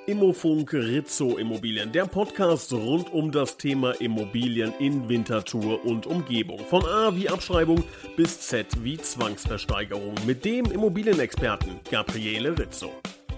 Immofunk Rizzo Immobilien, der Podcast rund um das Thema Immobilien in Winterthur und Umgebung. Von A wie Abschreibung bis Z wie Zwangsversteigerung mit dem Immobilienexperten Gabriele Rizzo.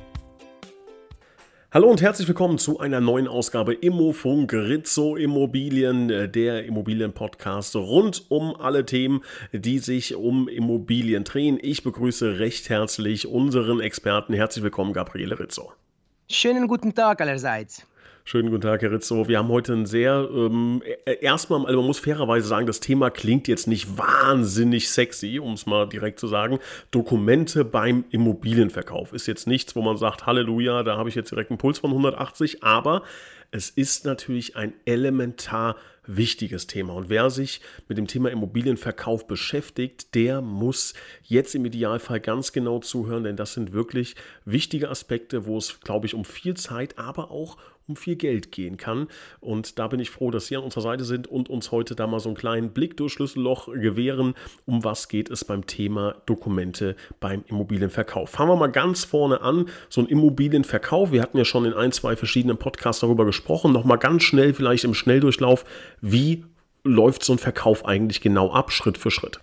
Hallo und herzlich willkommen zu einer neuen Ausgabe Immofunk Rizzo Immobilien, der Immobilienpodcast rund um alle Themen, die sich um Immobilien drehen. Ich begrüße recht herzlich unseren Experten. Herzlich willkommen, Gabriele Rizzo. Schönen guten Tag allerseits. Schönen guten Tag, Herr Rizzo. Wir haben heute ein sehr, erstmal, also man muss fairerweise sagen, das Thema klingt jetzt nicht wahnsinnig sexy, um es mal direkt zu sagen. Dokumente beim Immobilienverkauf ist jetzt nichts, wo man sagt, Halleluja, da habe ich jetzt direkt einen Puls von 180, aber es ist natürlich ein elementar wichtiges Thema. Und wer sich mit dem Thema Immobilienverkauf beschäftigt, der muss jetzt im Idealfall ganz genau zuhören, denn das sind wirklich wichtige Aspekte, wo es, glaube ich, um viel Zeit, aber auch um viel Geld gehen kann. Und da bin ich froh, dass Sie an unserer Seite sind und uns heute da mal so einen kleinen Blick durch Schlüsselloch gewähren. Um was geht es beim Thema Dokumente beim Immobilienverkauf? Fangen wir mal ganz vorne an. So ein Immobilienverkauf, wir hatten ja schon in 1, 2 verschiedenen Podcasts darüber gesprochen. Nochmal ganz schnell, vielleicht im Schnelldurchlauf. Wie läuft so ein Verkauf eigentlich genau ab, Schritt für Schritt?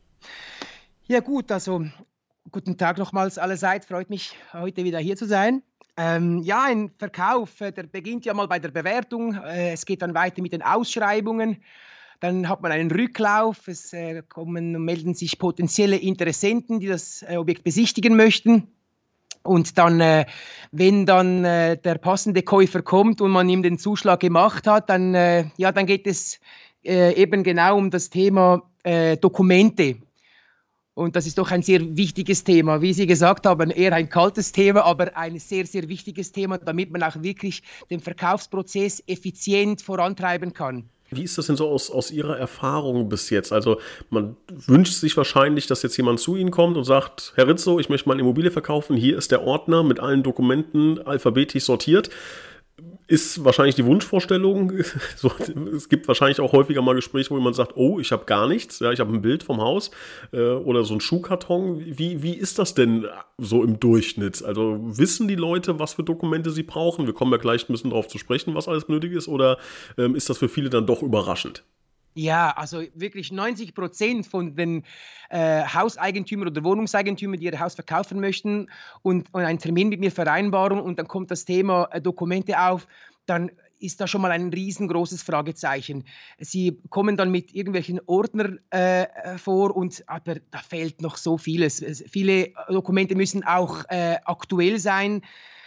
Ja gut, also guten Tag nochmals allerseits. Freut mich, heute wieder hier zu sein. Ein Verkauf, der beginnt ja mal bei der Bewertung. Es geht dann weiter mit den Ausschreibungen. Dann hat man einen Rücklauf. Es melden sich potenzielle Interessenten, die das Objekt besichtigen möchten. Und dann, wenn dann der passende Käufer kommt und man ihm den Zuschlag gemacht hat, dann geht es eben genau um das Thema Dokumente. Und das ist doch ein sehr wichtiges Thema. Wie Sie gesagt haben, eher ein kaltes Thema, aber ein sehr, sehr wichtiges Thema, damit man auch wirklich den Verkaufsprozess effizient vorantreiben kann. Wie ist das denn so aus Ihrer Erfahrung bis jetzt? Also man wünscht sich wahrscheinlich, dass jetzt jemand zu Ihnen kommt und sagt, Herr Rizzo, ich möchte mal eine Immobilie verkaufen, hier ist der Ordner mit allen Dokumenten alphabetisch sortiert. Ist wahrscheinlich die Wunschvorstellung. So, es gibt wahrscheinlich auch häufiger mal Gespräche, wo jemand sagt, oh, ich habe gar nichts, ja, ich habe ein Bild vom Haus oder so ein Schuhkarton. Wie ist das denn so im Durchschnitt? Also wissen die Leute, was für Dokumente sie brauchen? Wir kommen ja gleich ein bisschen darauf zu sprechen, was alles nötig ist, oder ist das für viele dann doch überraschend? Ja, also wirklich 90% von den Hauseigentümern oder Wohnungseigentümern, die ihr Haus verkaufen möchten und einen Termin mit mir vereinbaren und dann kommt das Thema Dokumente auf, dann ist da schon mal ein riesengroßes Fragezeichen. Sie kommen dann mit irgendwelchen Ordnern vor, aber da fehlt noch so vieles. Viele Dokumente müssen auch aktuell sein.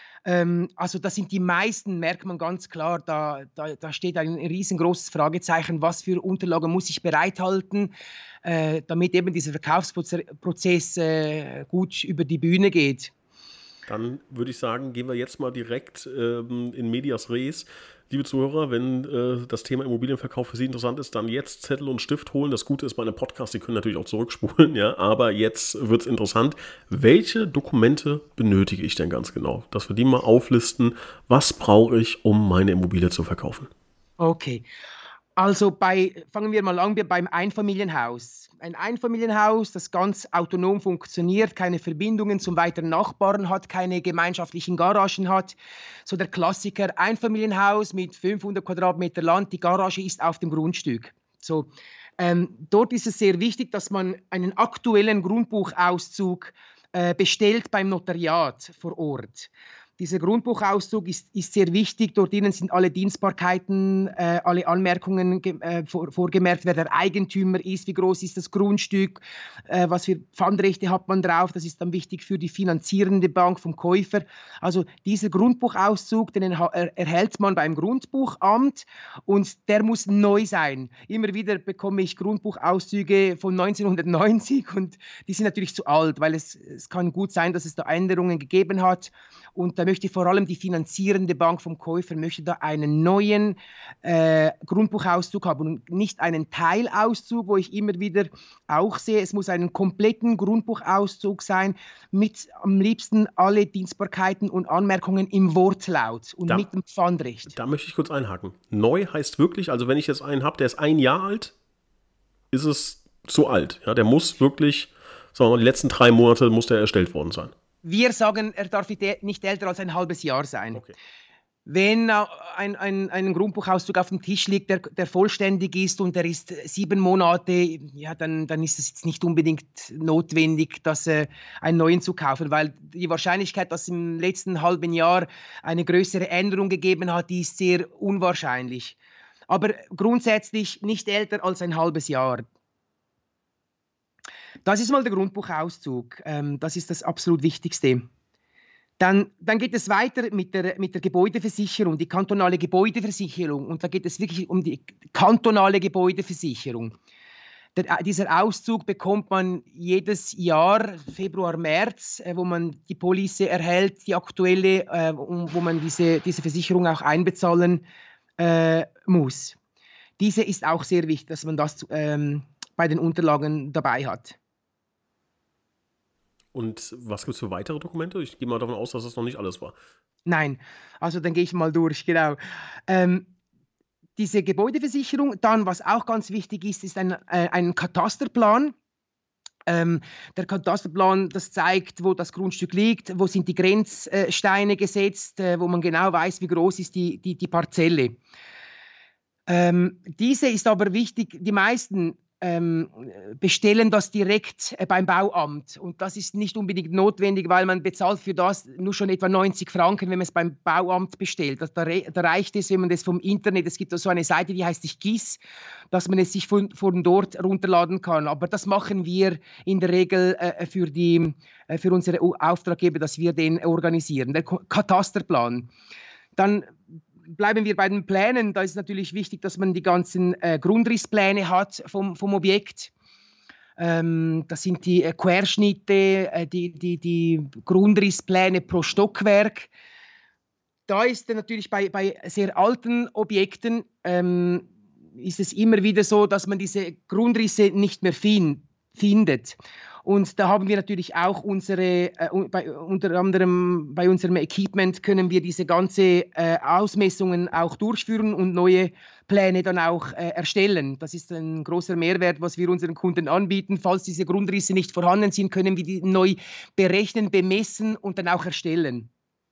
Also das sind die meisten, merkt man ganz klar, da steht ein riesengroßes Fragezeichen, was für Unterlagen muss ich bereithalten, damit eben dieser Verkaufsprozess gut über die Bühne geht. Dann würde ich sagen, gehen wir jetzt mal direkt in medias res. Liebe Zuhörer, wenn das Thema Immobilienverkauf für Sie interessant ist, dann jetzt Zettel und Stift holen. Das Gute ist bei einem Podcast, Sie können natürlich auch zurückspulen, ja, aber jetzt wird es interessant. Welche Dokumente benötige ich denn ganz genau? Dass wir die mal auflisten. Was brauche ich, um meine Immobilie zu verkaufen? Okay. Also fangen wir mal an beim Einfamilienhaus. Ein Einfamilienhaus, das ganz autonom funktioniert, keine Verbindungen zum weiteren Nachbarn hat, keine gemeinschaftlichen Garagen hat. So der Klassiker, Einfamilienhaus mit 500 Quadratmeter Land, die Garage ist auf dem Grundstück. So, dort ist es sehr wichtig, dass man einen aktuellen Grundbuchauszug bestellt beim Notariat vor Ort. Dieser Grundbuchauszug ist sehr wichtig. Dort drinnen sind alle Dienstbarkeiten, alle Anmerkungen vorgemerkt, wer der Eigentümer ist, wie groß ist das Grundstück, was für Pfandrechte hat man drauf. Das ist dann wichtig für die finanzierende Bank vom Käufer. Also dieser Grundbuchauszug, den erhält man beim Grundbuchamt und der muss neu sein. Immer wieder bekomme ich Grundbuchauszüge von 1990 und die sind natürlich zu alt, weil es kann gut sein, dass es da Änderungen gegeben hat. Und da möchte vor allem die finanzierende Bank vom Käufer möchte da einen neuen Grundbuchauszug haben und nicht einen Teilauszug, wo ich immer wieder auch sehe, es muss einen kompletten Grundbuchauszug sein mit am liebsten alle Dienstbarkeiten und Anmerkungen im Wortlaut und mit dem Pfandrecht. Da möchte ich kurz einhaken. Neu heißt wirklich, also wenn ich jetzt einen habe, der ist 1 Jahr alt, ist es zu alt. Ja, der muss wirklich, sagen wir mal, die letzten 3 Monate muss der erstellt worden sein. Wir sagen, er darf nicht älter als ein halbes Jahr sein. Okay. Wenn ein Grundbuchauszug auf dem Tisch liegt, der vollständig ist und der ist 7 Monate, ja, dann ist es jetzt nicht unbedingt notwendig, einen neuen zu kaufen, weil die Wahrscheinlichkeit, dass im letzten halben Jahr eine größere Änderung gegeben hat, die ist sehr unwahrscheinlich. Aber grundsätzlich nicht älter als ein halbes Jahr. Das ist mal der Grundbuchauszug. Das ist das absolut Wichtigste. Dann geht es weiter mit der Gebäudeversicherung, die kantonale Gebäudeversicherung. Und da geht es wirklich um die kantonale Gebäudeversicherung. Dieser Auszug bekommt man jedes Jahr, Februar, März, wo man die Police erhält, die aktuelle, wo man diese Versicherung auch einbezahlen muss. Diese ist auch sehr wichtig, dass man das bei den Unterlagen dabei hat. Und was gibt es für weitere Dokumente? Ich gehe mal davon aus, dass das noch nicht alles war. Nein, also dann gehe ich mal durch, genau. Diese Gebäudeversicherung, dann, was auch ganz wichtig ist ein Katasterplan. Der Katasterplan, das zeigt, wo das Grundstück liegt, wo sind die Grenzsteine gesetzt, wo man genau weiß, wie groß ist die Parzelle. Diese ist aber wichtig, die meisten bestellen das direkt beim Bauamt. Und das ist nicht unbedingt notwendig, weil man bezahlt für das nur schon etwa 90 Franken, wenn man es beim Bauamt bestellt. Da reicht es, wenn man das vom Internet, es gibt so eine Seite, die heißt sich GIS, dass man es sich von dort runterladen kann. Aber das machen wir in der Regel für unsere Auftraggeber, dass wir den organisieren, der Katasterplan. Dann bleiben wir bei den Plänen. Da ist natürlich wichtig, dass man die ganzen Grundrisspläne hat vom Objekt. Das sind die Querschnitte, die Grundrisspläne pro Stockwerk. Da ist natürlich bei sehr alten Objekten ist es immer wieder so, dass man diese Grundrisse nicht mehr findet. Und da haben wir natürlich auch unter anderem bei unserem Equipment können wir diese ganze Ausmessungen auch durchführen und neue Pläne dann auch erstellen. Das ist ein großer Mehrwert, was wir unseren Kunden anbieten. Falls diese Grundrisse nicht vorhanden sind, können wir die neu berechnen, bemessen und dann auch erstellen.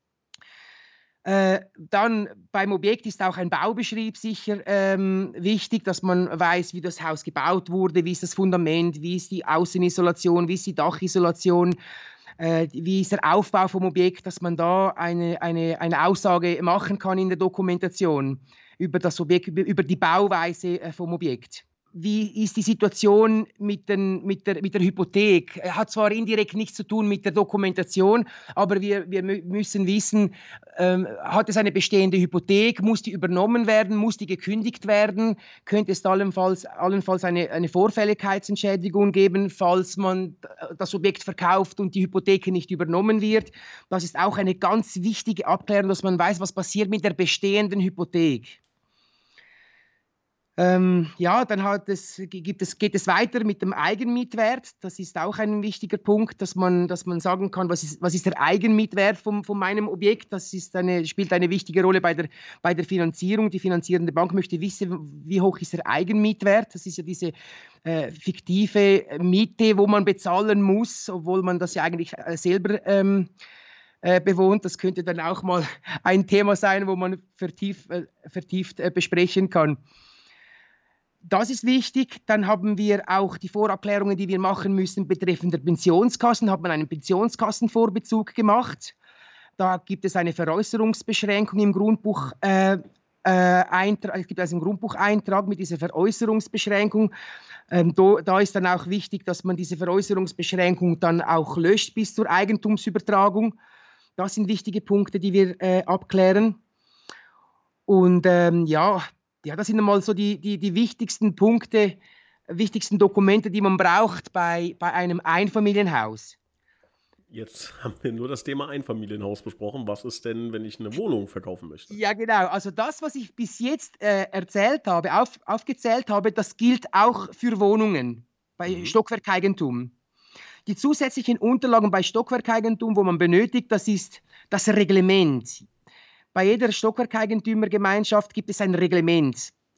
Dann beim Objekt ist auch ein Baubeschrieb sicher wichtig, dass man weiß, wie das Haus gebaut wurde, wie ist das Fundament, wie ist die Außenisolation, wie ist die Dachisolation, wie ist der Aufbau vom Objekt, dass man da eine Aussage machen kann in der Dokumentation über das Objekt, über die Bauweise vom Objekt. Wie ist die Situation mit der Hypothek? Hat zwar indirekt nichts zu tun mit der Dokumentation, aber wir müssen wissen, hat es eine bestehende Hypothek? Muss die übernommen werden? Muss die gekündigt werden? Könnte es allenfalls eine Vorfälligkeitsentschädigung geben, falls man das Objekt verkauft und die Hypothek nicht übernommen wird? Das ist auch eine ganz wichtige Abklärung, dass man weiß, was passiert mit der bestehenden Hypothek. Ja, dann geht es weiter mit dem Eigenmietwert. Das ist auch ein wichtiger Punkt, dass man sagen kann, was ist der Eigenmietwert von meinem Objekt. Das spielt eine wichtige Rolle bei der Finanzierung. Die finanzierende Bank möchte wissen, wie hoch ist der Eigenmietwert. Das ist ja diese fiktive Miete, wo man bezahlen muss, obwohl man das ja eigentlich selber bewohnt. Das könnte dann auch mal ein Thema sein, wo man vertieft besprechen kann. Das ist wichtig. Dann haben wir auch die Vorabklärungen, die wir machen müssen betreffend der Pensionskassen. Hat man einen Pensionskassenvorbezug gemacht. Da gibt es eine Veräußerungsbeschränkung im Grundbuch. Es gibt also einen Grundbucheintrag mit dieser Veräußerungsbeschränkung. Da ist dann auch wichtig, dass man diese Veräußerungsbeschränkung dann auch löscht bis zur Eigentumsübertragung. Das sind wichtige Punkte, die wir abklären. Und ja, das sind einmal so die wichtigsten Punkte, wichtigsten Dokumente, die man braucht bei einem Einfamilienhaus. Jetzt haben wir nur das Thema Einfamilienhaus besprochen. Was ist denn, wenn ich eine Wohnung verkaufen möchte? Ja, genau. Also das, was ich bis jetzt erzählt habe, aufgezählt habe, das gilt auch für Wohnungen bei Stockwerkeigentum. Die zusätzlichen Unterlagen bei Stockwerkeigentum, wo man benötigt, das ist das Reglement. Bei jeder Stockwerkeigentümergemeinschaft gibt es ein Reglement.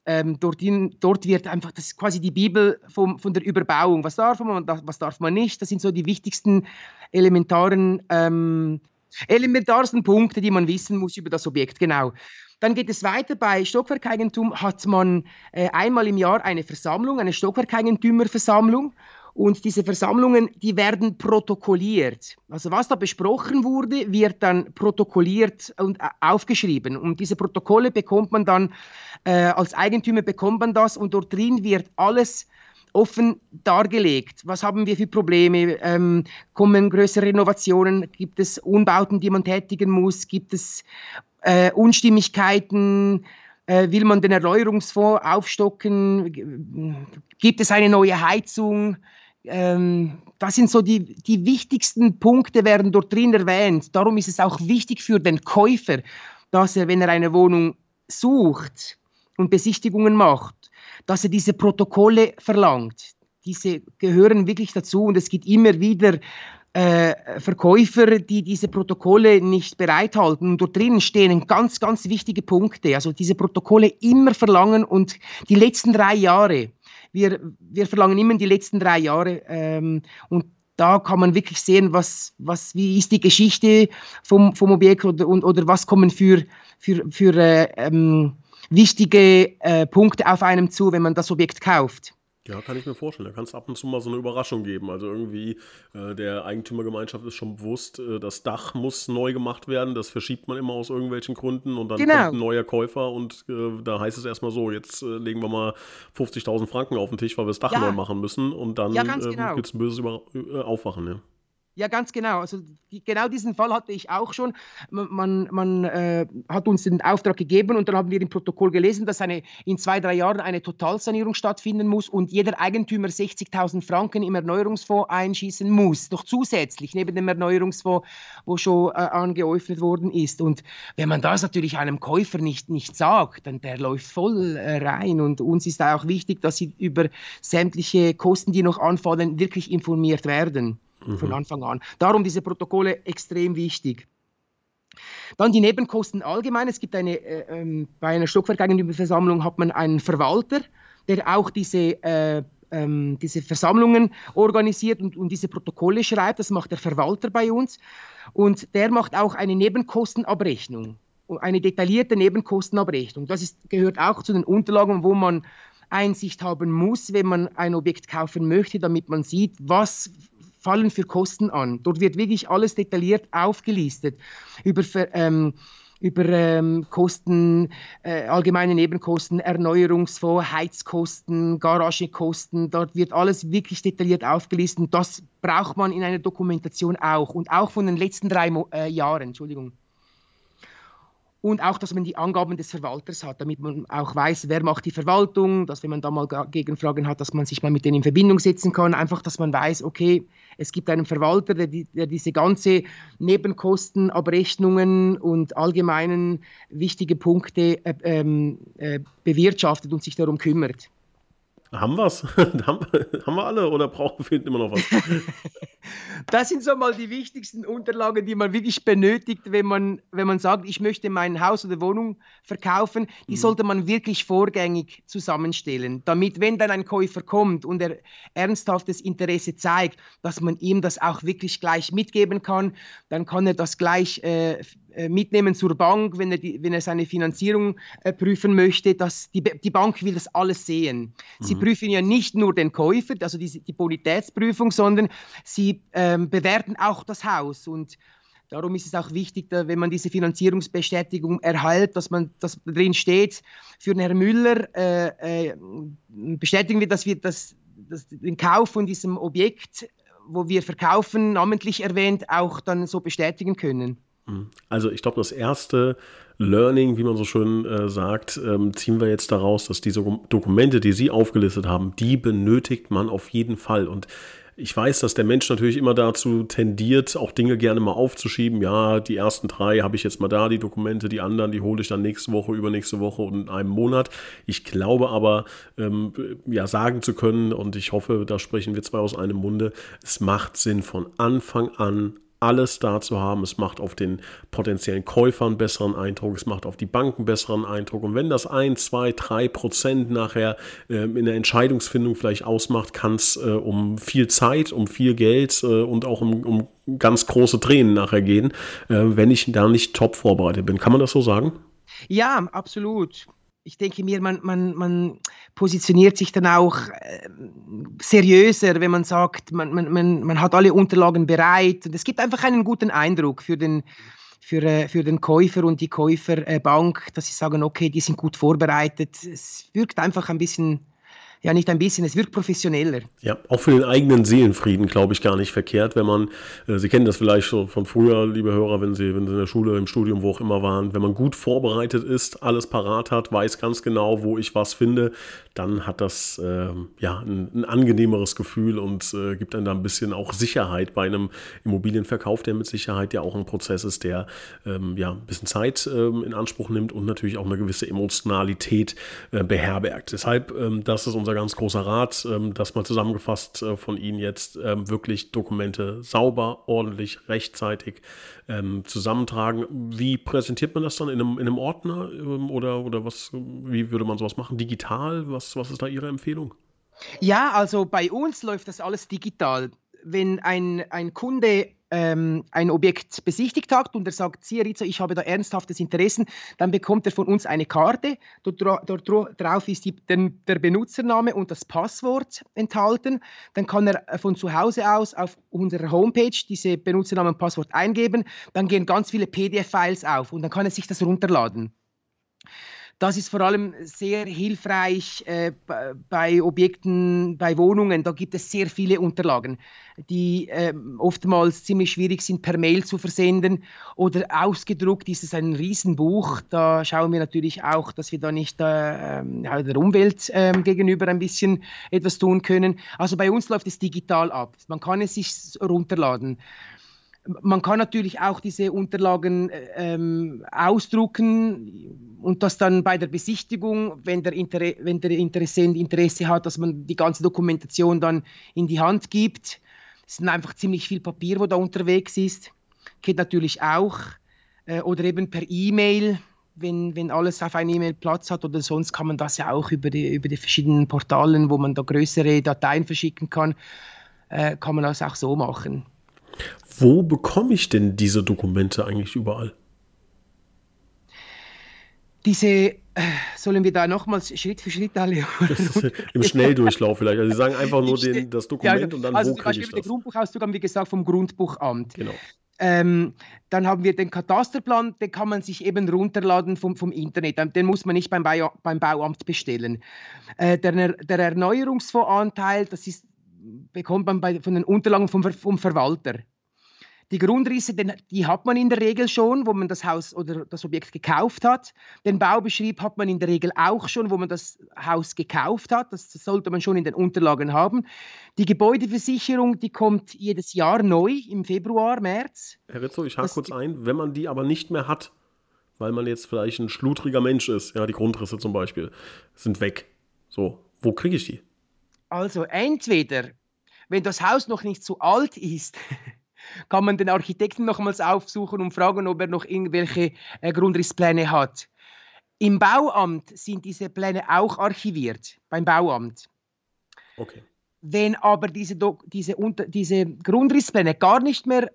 dort wird einfach, das ist quasi die Bibel von der Überbauung. Was darf man, was darf man nicht? Das sind so die wichtigsten elementarsten Punkte, die man wissen muss über das Objekt. Genau. Dann geht es weiter. Bei Stockwerkeigentum hat man einmal im Jahr eine Versammlung, eine Stockwerkeigentümerversammlung. Und diese Versammlungen, die werden protokolliert. Also was da besprochen wurde, wird dann protokolliert und aufgeschrieben. Und diese Protokolle bekommt man dann, als Eigentümer bekommt man das und dort drin wird alles offen dargelegt. Was haben wir für Probleme? Kommen größere Renovationen? Gibt es Umbauten, die man tätigen muss? Gibt es Unstimmigkeiten? Will man den Erneuerungsfonds aufstocken? Gibt es eine neue Heizung? Das sind so die wichtigsten Punkte, werden dort drin erwähnt. Darum ist es auch wichtig für den Käufer, dass er, wenn er eine Wohnung sucht und Besichtigungen macht, dass er diese Protokolle verlangt. Diese gehören wirklich dazu und es gibt immer wieder Verkäufer, die diese Protokolle nicht bereithalten. Und dort drinnen stehen ganz, ganz wichtige Punkte. Also diese Protokolle immer verlangen und die letzten 3 Jahre. Wir verlangen immer die letzten 3 Jahre und da kann man wirklich sehen, wie ist die Geschichte vom Objekt oder was kommen für wichtige Punkte auf einem zu, wenn man das Objekt kauft. Ja, kann ich mir vorstellen. Da kann es ab und zu mal so eine Überraschung geben. Also irgendwie der Eigentümergemeinschaft ist schon bewusst, das Dach muss neu gemacht werden. Das verschiebt man immer aus irgendwelchen Gründen und dann kommt ein neuer Käufer und da heißt es erstmal so, jetzt legen wir mal 50.000 Franken auf den Tisch, weil wir das Dach neu machen müssen und dann gibt es ein böses Aufwachen. Ja. Ja, ganz genau. Also genau diesen Fall hatte ich auch schon. Man hat uns den Auftrag gegeben und dann haben wir im Protokoll gelesen, dass in 2-3 Jahren eine Totalsanierung stattfinden muss und jeder Eigentümer 60.000 Franken im Erneuerungsfonds einschießen muss. Noch zusätzlich neben dem Erneuerungsfonds, wo schon angeäufnet worden ist. Und wenn man das natürlich einem Käufer nicht sagt, dann der läuft voll rein. Und uns ist auch wichtig, dass sie über sämtliche Kosten, die noch anfallen, wirklich informiert werden. Von Anfang an. Darum diese Protokolle extrem wichtig. Dann die Nebenkosten allgemein. Es gibt bei einer Stockwerkeigentümerversammlung hat man einen Verwalter, der auch diese Versammlungen organisiert und diese Protokolle schreibt. Das macht der Verwalter bei uns. Und der macht auch eine Nebenkostenabrechnung, eine detaillierte Nebenkostenabrechnung. Das gehört auch zu den Unterlagen, wo man Einsicht haben muss, wenn man ein Objekt kaufen möchte, damit man sieht, was fallen für Kosten an. Dort wird wirklich alles detailliert aufgelistet über Kosten, allgemeine Nebenkosten, Erneuerungsfonds, Heizkosten, Garagekosten. Dort wird alles wirklich detailliert aufgelistet und das braucht man in einer Dokumentation auch und auch von den letzten 3 Jahren. Entschuldigung. Und auch, dass man die Angaben des Verwalters hat, damit man auch weiß, wer macht die Verwaltung, dass wenn man da mal Gegenfragen hat, dass man sich mal mit denen in Verbindung setzen kann. Einfach, dass man weiß, okay, es gibt einen Verwalter, der diese ganze Nebenkostenabrechnungen und allgemeinen wichtige Punkte bewirtschaftet und sich darum kümmert. Haben wir es? haben wir alle oder fehlt immer noch was? Das sind so mal die wichtigsten Unterlagen, die man wirklich benötigt, wenn man sagt, ich möchte mein Haus oder Wohnung verkaufen. Die sollte man wirklich vorgängig zusammenstellen, damit, wenn dann ein Käufer kommt und er ernsthaftes Interesse zeigt, dass man ihm das auch wirklich gleich mitgeben kann. Dann kann er das gleich mitnehmen zur Bank, wenn er seine Finanzierung prüfen möchte. Die Bank will das alles sehen. Sie prüfen ja nicht nur den Käufer, also die Bonitätsprüfung, sondern sie bewerten auch das Haus. Und darum ist es auch wichtig, wenn man diese Finanzierungsbestätigung erhält, dass drin steht, für den Herrn Müller bestätigen wir, dass wir den Kauf von diesem Objekt, wo wir verkaufen, namentlich erwähnt, auch dann so bestätigen können. Also ich glaube, das erste Learning, wie man so schön sagt, ziehen wir jetzt daraus, dass diese Dokumente, die Sie aufgelistet haben, die benötigt man auf jeden Fall. Und ich weiß, dass der Mensch natürlich immer dazu tendiert, auch Dinge gerne mal aufzuschieben. Ja, die ersten 3 habe ich jetzt mal da, die Dokumente, die anderen, die hole ich dann nächste Woche, übernächste Woche und in einem Monat. Ich glaube aber, sagen zu können, und ich hoffe, da sprechen wir 2 aus einem Munde, es macht Sinn, von Anfang an alles da zu haben. Es macht auf den potenziellen Käufer einen besseren Eindruck, es macht auf die Banken einen besseren Eindruck. Und wenn das 1, 2, 3% nachher in der Entscheidungsfindung vielleicht ausmacht, kann es um viel Zeit, um viel Geld und auch um ganz große Tränen nachher gehen, wenn ich da nicht top vorbereitet bin. Kann man das so sagen? Ja, absolut. Ich denke mir, man positioniert sich dann auch seriöser, wenn man sagt, man hat alle Unterlagen bereit. Und es gibt einfach einen guten Eindruck für den Käufer und die Käuferbank, dass sie sagen, okay, die sind gut vorbereitet. Es wirkt einfach ein bisschen, ja nicht ein bisschen, es wirkt professioneller. Ja, auch für den eigenen Seelenfrieden, glaube ich, gar nicht verkehrt, wenn man, Sie kennen das vielleicht schon von früher, liebe Hörer, wenn Sie in der Schule, im Studium, wo auch immer waren, wenn man gut vorbereitet ist, alles parat hat, weiß ganz genau, wo ich was finde, dann hat das ein angenehmeres Gefühl und gibt einem da ein bisschen auch Sicherheit bei einem Immobilienverkauf, der mit Sicherheit ja auch ein Prozess ist, der ein bisschen Zeit in Anspruch nimmt und natürlich auch eine gewisse Emotionalität beherbergt. Deshalb, das ist unser ganz großer Rat, das mal zusammengefasst von Ihnen jetzt, wirklich Dokumente sauber, ordentlich, rechtzeitig zusammentragen. Wie präsentiert man das dann in einem Ordner oder was? Wie würde man sowas machen? Digital? Was ist da Ihre Empfehlung? Ja, also bei uns läuft das alles digital. Wenn ein Kunde ein Objekt besichtigt hat und er sagt, Sie, Rizzo, ich habe da ernsthaftes Interesse, dann bekommt er von uns eine Karte. Dort drauf ist der Benutzername und das Passwort enthalten. Dann kann er von zu Hause aus auf unserer Homepage diese Benutzername und Passwort eingeben. Dann gehen ganz viele PDF-Files auf und dann kann er sich das runterladen. Das ist vor allem sehr hilfreich bei Objekten, bei Wohnungen. Da gibt es sehr viele Unterlagen, die oftmals ziemlich schwierig sind, per Mail zu versenden oder ausgedruckt. Ist es ein Riesenbuch. Da schauen wir natürlich auch, dass wir da nicht der Umwelt gegenüber ein bisschen etwas tun können. Also bei uns läuft es digital ab. Man kann es sich runterladen. Man kann natürlich auch diese Unterlagen ausdrucken und das dann bei der Besichtigung, wenn der Interessent Interesse hat, dass man die ganze Dokumentation dann in die Hand gibt. Es ist einfach ziemlich viel Papier, wo da unterwegs ist. Geht natürlich auch. Oder eben per E-Mail, wenn alles auf einer E-Mail Platz hat oder sonst kann man das ja auch über die verschiedenen Portalen, wo man da größere Dateien verschicken kann, kann man das auch so machen. Wo bekomme ich denn diese Dokumente eigentlich überall? Sollen wir da nochmals Schritt für Schritt alle im Schnelldurchlauf vielleicht. Also Sie sagen einfach nur das Dokument und dann also wo kriege ich das? Der Grundbuchauszug haben wir gesagt vom Grundbuchamt. Genau. Dann haben wir den Katasterplan, den kann man sich eben runterladen vom Internet. Den muss man nicht beim Bauamt bestellen. Der Erneuerungsfondsanteil, bekommt man von den Unterlagen vom Verwalter. Die Grundrisse, die hat man in der Regel schon, wo man das Haus oder das Objekt gekauft hat. Den Baubeschrieb hat man in der Regel auch schon, wo man das Haus gekauft hat. Das sollte man schon in den Unterlagen haben. Die Gebäudeversicherung, die kommt jedes Jahr neu im Februar, März. Herr Rizzo, ich hake kurz ein. Wenn man die aber nicht mehr hat, weil man jetzt vielleicht ein schludriger Mensch ist, ja, die Grundrisse zum Beispiel, sind weg. So, wo kriege ich die? Also entweder, wenn das Haus noch nicht so alt ist, kann man den Architekten nochmals aufsuchen und fragen, ob er noch irgendwelche Grundrisspläne hat. Im Bauamt sind diese Pläne auch archiviert, beim Bauamt. Okay. Wenn aber diese Grundrisspläne gar nicht mehr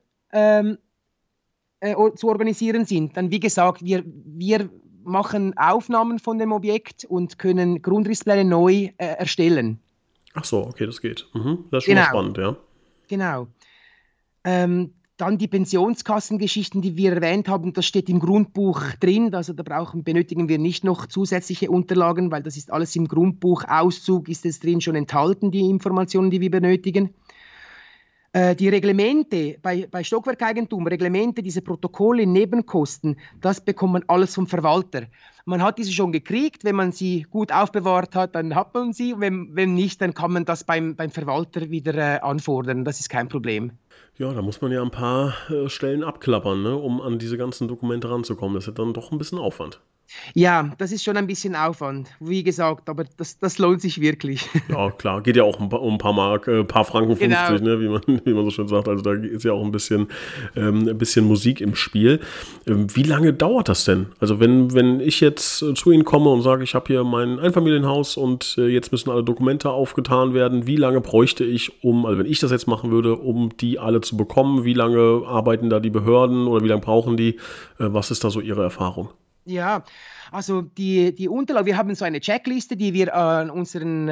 zu organisieren sind, dann wie gesagt, wir machen Aufnahmen von dem Objekt und können Grundrisspläne neu erstellen. Ach so, okay, das geht. Das ist schon mal spannend, ja. Genau. Dann die Pensionskassengeschichten, die wir erwähnt haben, das steht im Grundbuch drin, also da benötigen wir nicht noch zusätzliche Unterlagen, weil das ist alles im Grundbuchauszug, ist es drin schon enthalten, die Informationen, die wir benötigen. Die Reglemente bei Stockwerkeigentum, Reglemente, diese Protokolle, Nebenkosten, das bekommt man alles vom Verwalter. Man hat diese schon gekriegt, wenn man sie gut aufbewahrt hat, dann hat man sie, wenn nicht, dann kann man das beim Verwalter wieder anfordern, das ist kein Problem. Ja, da muss man ja ein paar Stellen abklappern, ne, um an diese ganzen Dokumente ranzukommen. Das ist ja dann doch ein bisschen Aufwand. Ja, das ist schon ein bisschen Aufwand, wie gesagt, aber das lohnt sich wirklich. Ja, klar, geht ja auch um ein paar Mark, paar Franken Genau. 50, ne, wie man so schön sagt. Also da ist ja auch ein bisschen Musik im Spiel. Wie lange dauert das denn? Also wenn ich jetzt zu Ihnen komme und sage, ich habe hier mein Einfamilienhaus und jetzt müssen alle Dokumente aufgetan werden, wie lange bräuchte ich, also wenn ich das jetzt machen würde, um die alle zu bekommen? Wie lange arbeiten da die Behörden oder wie lange brauchen die? Was ist da so Ihre Erfahrung? Ja, also die Unterlagen, wir haben so eine Checkliste, die wir an unseren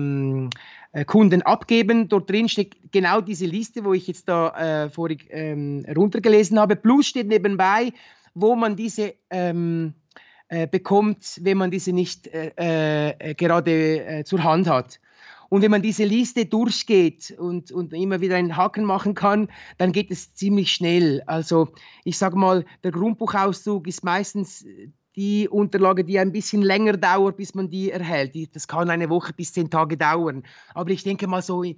Kunden abgeben. Dort drin steht genau diese Liste, wo ich jetzt da vorig runtergelesen habe. Plus steht nebenbei, wo man diese bekommt, wenn man diese nicht gerade zur Hand hat. Und wenn man diese Liste durchgeht und immer wieder einen Haken machen kann, dann geht es ziemlich schnell. Also ich sage mal, der Grundbuchauszug ist meistens die Unterlage, die ein bisschen länger dauert, bis man die erhält. Das kann eine Woche bis 10 Tage dauern. Aber ich denke mal so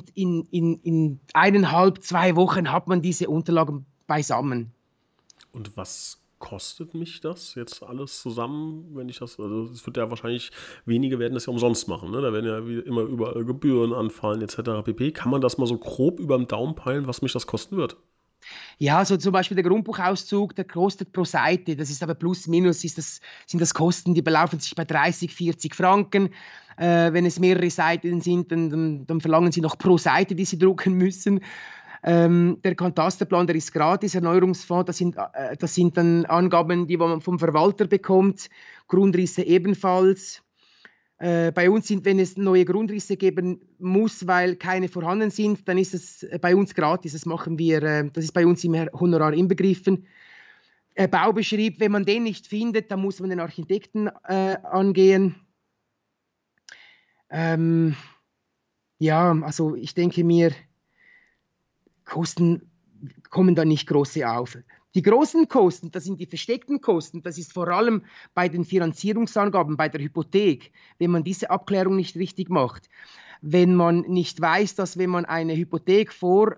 in 1,5, 2 Wochen hat man diese Unterlagen beisammen. Und was kostet mich das jetzt alles zusammen, wenn ich das, also es wird ja wahrscheinlich, wenige werden das ja umsonst machen, ne? Da werden ja wie immer überall Gebühren anfallen etc. pp. Kann man das mal so grob über den Daumen peilen, was mich das kosten wird? Ja, so zum Beispiel der Grundbuchauszug, der kostet pro Seite, das ist aber plus minus, sind das Kosten, die belaufen sich bei 30, 40 Franken. Wenn es mehrere Seiten sind, dann verlangen sie noch pro Seite, die sie drucken müssen. Der Katasterplan, der ist gratis, Erneuerungsfonds, das sind dann Angaben, die man vom Verwalter bekommt, Grundrisse ebenfalls. Bei uns sind, wenn es neue Grundrisse geben muss, weil keine vorhanden sind, dann ist es bei uns gratis. Das machen wir, das ist bei uns im Honorar inbegriffen. Baubeschrieb, wenn man den nicht findet, dann muss man den Architekten angehen. Ja, also ich denke mir, Kosten kommen da nicht große auf. Die großen Kosten, das sind die versteckten Kosten, das ist vor allem bei den Finanzierungsangaben, bei der Hypothek, wenn man diese Abklärung nicht richtig macht. Wenn man nicht weiß, dass wenn man eine Hypothek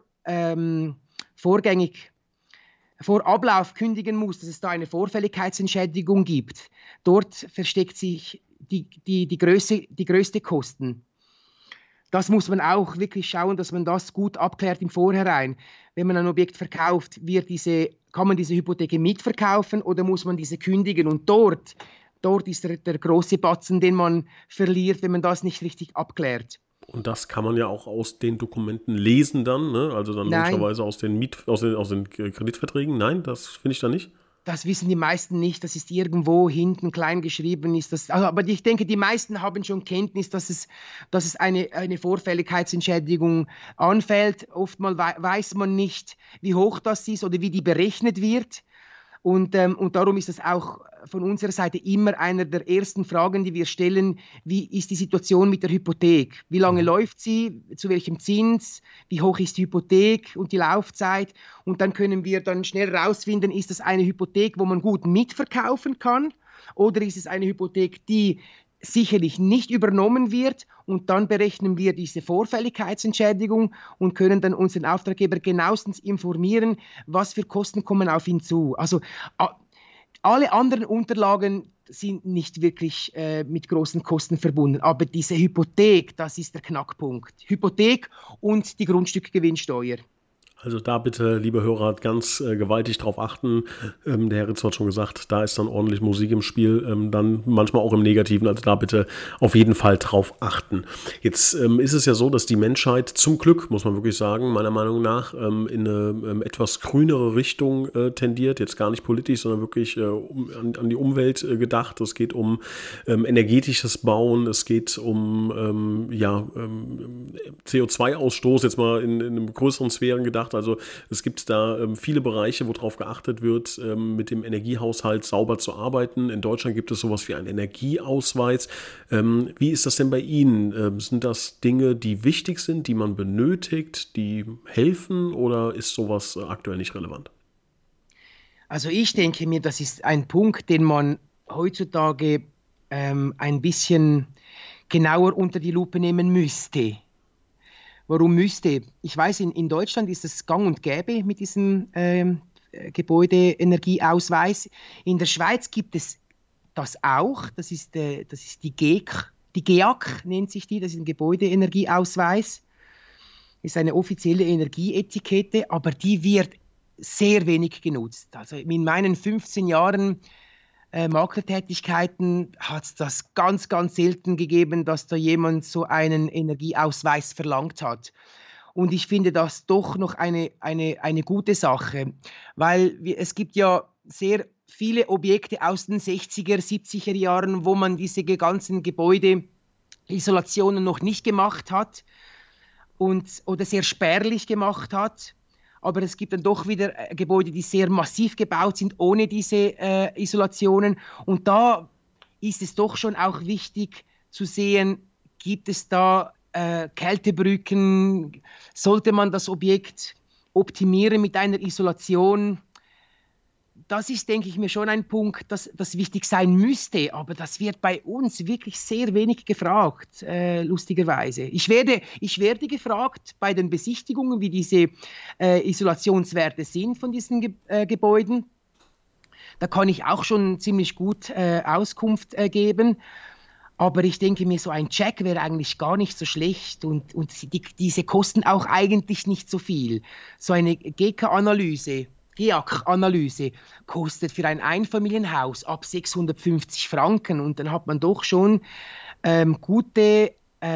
vorgängig vor Ablauf kündigen muss, dass es da eine Vorfälligkeitsentschädigung gibt. Dort versteckt sich die größte Kosten. Das muss man auch wirklich schauen, dass man das gut abklärt im Vorhinein. Wenn man ein Objekt verkauft, kann man diese Hypothek mitverkaufen oder muss man diese kündigen? Und dort ist der große Batzen, den man verliert, wenn man das nicht richtig abklärt. Und das kann man ja auch aus den Dokumenten lesen dann, ne? Also dann Nein, logischerweise aus den Kreditverträgen. Nein, das finde ich da nicht. das wissen die meisten nicht, das ist irgendwo hinten klein geschrieben. Aber ich denke, die meisten haben schon Kenntnis, dass es eine Vorfälligkeitsentschädigung anfällt. Oftmals weiß man nicht, wie hoch das ist oder wie die berechnet wird. Und darum ist es auch von unserer Seite immer einer der ersten Fragen, die wir stellen: Wie ist die Situation mit der Hypothek? Wie lange läuft sie? Zu welchem Zins? Wie hoch ist die Hypothek und die Laufzeit? Und dann können wir dann schnell herausfinden, ist das eine Hypothek, wo man gut mitverkaufen kann? Oder ist es eine Hypothek, die sicherlich nicht übernommen wird, und dann berechnen wir diese Vorfälligkeitsentschädigung und können dann unseren Auftraggeber genauestens informieren, was für Kosten kommen auf ihn zu. Also alle anderen Unterlagen sind nicht wirklich mit großen Kosten verbunden, aber diese Hypothek, das ist der Knackpunkt. Hypothek und die Grundstückgewinnsteuer. Also da bitte, liebe Hörer, ganz gewaltig drauf achten. Der Herr Ritz hat schon gesagt, da ist dann ordentlich Musik im Spiel, dann manchmal auch im Negativen. Also da bitte auf jeden Fall drauf achten. Jetzt ist es ja so, dass die Menschheit zum Glück, muss man wirklich sagen, meiner Meinung nach, in eine etwas grünere Richtung tendiert. Jetzt gar nicht politisch, sondern wirklich an die Umwelt gedacht. Es geht um energetisches Bauen, es geht um CO2-Ausstoß, jetzt mal in einem größeren Sphären gedacht. Also es gibt da viele Bereiche, wo darauf geachtet wird, mit dem Energiehaushalt sauber zu arbeiten. In Deutschland gibt es sowas wie einen Energieausweis. Wie ist das denn bei Ihnen? Sind das Dinge, die wichtig sind, die man benötigt, die helfen, oder ist sowas aktuell nicht relevant? Also ich denke mir, das ist ein Punkt, den man heutzutage ein bisschen genauer unter die Lupe nehmen müsste. Warum müsste? Ich weiß, in Deutschland ist es gang und gäbe mit diesem Gebäudeenergieausweis. In der Schweiz gibt es das auch. Das ist die GEAK, nennt sich die. Das ist ein Gebäudeenergieausweis. Ist eine offizielle Energieetikette, aber die wird sehr wenig genutzt. Also in meinen 15 Jahren Maklertätigkeiten hat es das ganz, ganz selten gegeben, dass da jemand so einen Energieausweis verlangt hat. Und ich finde das doch noch eine gute Sache, weil es gibt ja sehr viele Objekte aus den 60er, 70er Jahren, wo man diese ganzen Gebäudeisolationen noch nicht gemacht hat oder sehr spärlich gemacht hat. Aber es gibt dann doch wieder Gebäude, die sehr massiv gebaut sind, ohne diese Isolationen. Und da ist es doch schon auch wichtig zu sehen, gibt es da Kältebrücken, sollte man das Objekt optimieren mit einer Isolation. Das ist, denke ich mir, schon ein Punkt, das wichtig sein müsste, aber das wird bei uns wirklich sehr wenig gefragt, lustigerweise. Ich werde gefragt bei den Besichtigungen, wie diese Isolationswerte sind von diesen Gebäuden. Da kann ich auch schon ziemlich gut Auskunft geben. Aber ich denke mir, so ein Check wäre eigentlich gar nicht so schlecht und diese kosten auch eigentlich nicht so viel. So eine GEAK-Analyse kostet für ein Einfamilienhaus ab 650 Franken und dann hat man doch schon gute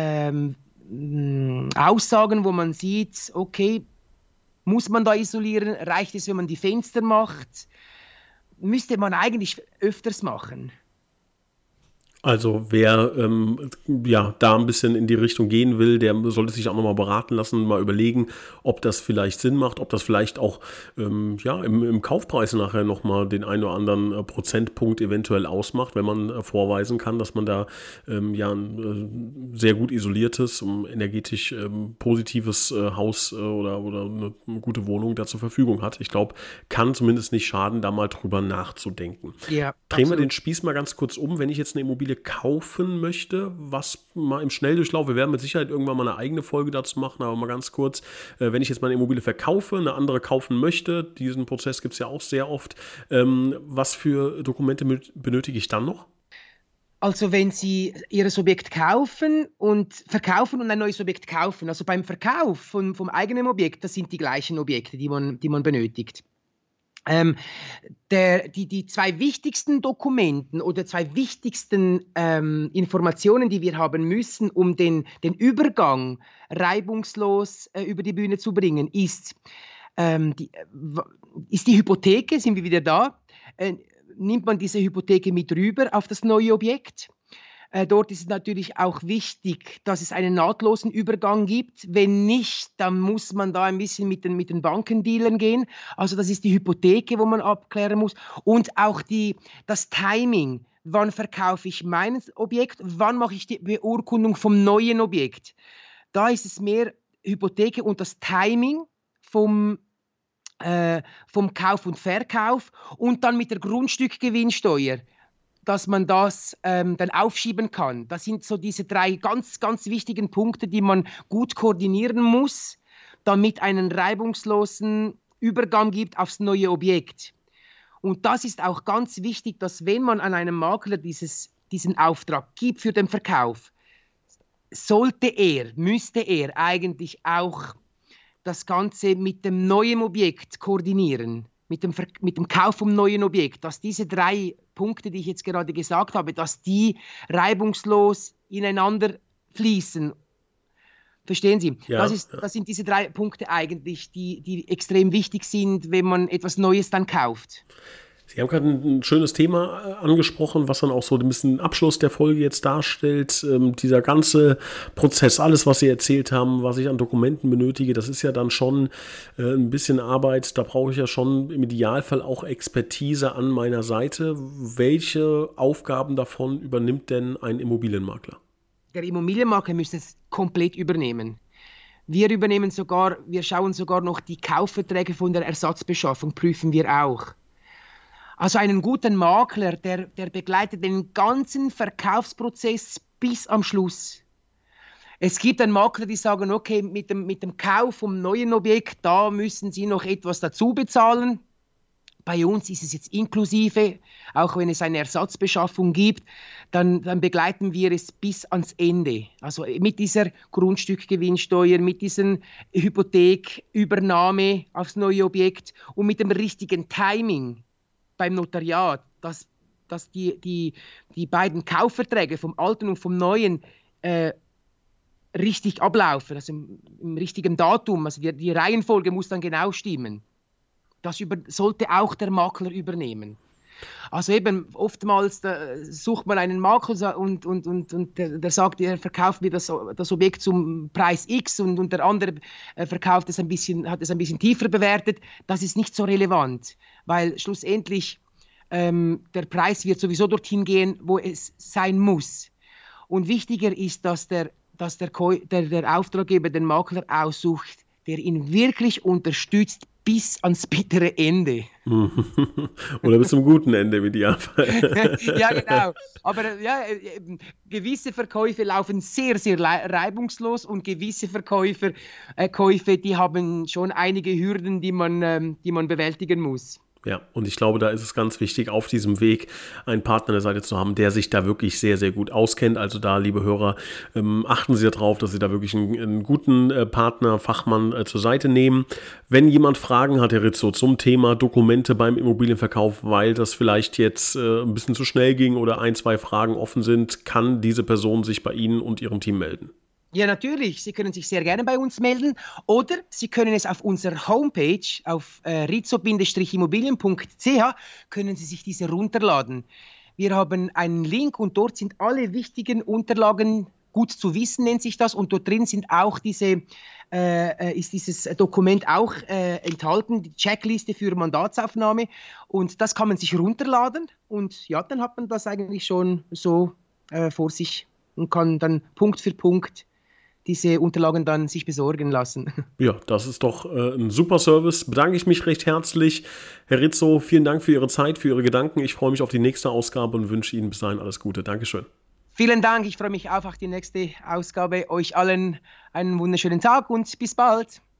Aussagen, wo man sieht, okay, muss man da isolieren, reicht es, wenn man die Fenster macht? Müsste man eigentlich öfters machen. Also wer da ein bisschen in die Richtung gehen will, der sollte sich auch nochmal beraten lassen, mal überlegen, ob das vielleicht Sinn macht, ob das vielleicht auch im Kaufpreis nachher nochmal den einen oder anderen Prozentpunkt eventuell ausmacht, wenn man vorweisen kann, dass man da ein sehr gut isoliertes, energetisch positives Haus oder eine gute Wohnung da zur Verfügung hat. Ich glaube, kann zumindest nicht schaden, da mal drüber nachzudenken. Ja, drehen wir den Spieß mal ganz kurz um, wenn ich jetzt eine Immobilie kaufen möchte, was mal im Schnelldurchlauf, wir werden mit Sicherheit irgendwann mal eine eigene Folge dazu machen, aber mal ganz kurz, wenn ich jetzt meine Immobilie verkaufe, eine andere kaufen möchte, diesen Prozess gibt es ja auch sehr oft, was für Dokumente benötige ich dann noch? Also wenn Sie Ihr Objekt kaufen und verkaufen und ein neues Objekt kaufen, also beim Verkauf vom eigenen Objekt, das sind die gleichen Objekte, die man benötigt. Die zwei wichtigsten Dokumenten oder zwei wichtigsten Informationen, die wir haben müssen, um den Übergang reibungslos über die Bühne zu bringen, ist die Hypotheke, sind wir wieder da, nimmt man diese Hypotheke mit rüber auf das neue Objekt. Dort ist es natürlich auch wichtig, dass es einen nahtlosen Übergang gibt. Wenn nicht, dann muss man da ein bisschen mit den Bankendealern gehen. Also das ist die Hypotheke, wo man abklären muss. Und auch das Timing. Wann verkaufe ich mein Objekt? Wann mache ich die Beurkundung vom neuen Objekt? Da ist es mehr Hypotheke und das Timing vom Kauf und Verkauf und dann mit der Grundstückgewinnsteuer, dass man das dann aufschieben kann. Das sind so diese drei ganz, ganz wichtigen Punkte, die man gut koordinieren muss, damit einen reibungslosen Übergang gibt aufs neue Objekt. Und das ist auch ganz wichtig, dass wenn man an einem Makler diesen Auftrag gibt für den Verkauf, müsste er eigentlich auch das Ganze mit dem neuen Objekt koordinieren. Mit dem Kauf vom neuen Objekt, dass diese drei Punkte, die ich jetzt gerade gesagt habe, dass die reibungslos ineinander fließen. Verstehen Sie? Ja, das sind diese drei Punkte eigentlich, die extrem wichtig sind, wenn man etwas Neues dann kauft. Sie haben gerade ein schönes Thema angesprochen, was dann auch so ein bisschen Abschluss der Folge jetzt darstellt. Dieser ganze Prozess, alles, was Sie erzählt haben, was ich an Dokumenten benötige, das ist ja dann schon ein bisschen Arbeit. Da brauche ich ja schon im Idealfall auch Expertise an meiner Seite. Welche Aufgaben davon übernimmt denn ein Immobilienmakler? Der Immobilienmakler müsste es komplett übernehmen. Wir schauen sogar noch die Kaufverträge von der Ersatzbeschaffung, prüfen wir auch. Also einen guten Makler, der begleitet den ganzen Verkaufsprozess bis am Schluss. Es gibt dann Makler, die sagen, okay, mit dem Kauf vom neuen Objekt, da müssen Sie noch etwas dazu bezahlen. Bei uns ist es jetzt inklusive, auch wenn es eine Ersatzbeschaffung gibt, dann begleiten wir es bis ans Ende. Also mit dieser Grundstückgewinnsteuer, mit dieser Hypothekübernahme aufs neue Objekt und mit dem richtigen Timing beim Notariat, dass die beiden Kaufverträge vom alten und vom neuen richtig ablaufen, also im richtigen Datum, also die Reihenfolge muss dann genau stimmen. Das sollte auch der Makler übernehmen. Also eben oftmals sucht man einen Makler und der sagt, er verkauft mir das Objekt zum Preis X und der andere hat es ein bisschen tiefer bewertet. Das ist nicht so relevant, weil schlussendlich der Preis wird sowieso dorthin gehen, wo es sein muss. Und wichtiger ist, dass der Auftraggeber den Makler aussucht, der ihn wirklich unterstützt bis ans bittere Ende. Oder bis zum guten Ende im Idealfall. Ja, genau. Aber ja, gewisse Verkäufe laufen sehr, sehr reibungslos und gewisse Käufe, die haben schon einige Hürden, die man bewältigen muss. Ja, und ich glaube, da ist es ganz wichtig, auf diesem Weg einen Partner an der Seite zu haben, der sich da wirklich sehr, sehr gut auskennt. Also da, liebe Hörer, achten Sie darauf, dass Sie da wirklich einen guten Partner, Fachmann zur Seite nehmen. Wenn jemand Fragen hat, Herr Rizzo, zum Thema Dokumente beim Immobilienverkauf, weil das vielleicht jetzt ein bisschen zu schnell ging oder 1, 2 Fragen offen sind, kann diese Person sich bei Ihnen und Ihrem Team melden? Ja, natürlich. Sie können sich sehr gerne bei uns melden oder Sie können es auf unserer Homepage auf rizzo-immobilien.ch können Sie sich diese runterladen. Wir haben einen Link und dort sind alle wichtigen Unterlagen, gut zu wissen nennt sich das, und dort drin sind auch ist dieses Dokument auch enthalten, die Checkliste für Mandatsaufnahme, und das kann man sich runterladen und ja, dann hat man das eigentlich schon so vor sich und kann dann Punkt für Punkt diese Unterlagen dann sich besorgen lassen. Ja, das ist doch ein super Service. Bedanke ich mich recht herzlich. Herr Rizzo, vielen Dank für Ihre Zeit, für Ihre Gedanken. Ich freue mich auf die nächste Ausgabe und wünsche Ihnen bis dahin alles Gute. Dankeschön. Vielen Dank. Ich freue mich auch auf die nächste Ausgabe. Euch allen einen wunderschönen Tag und bis bald.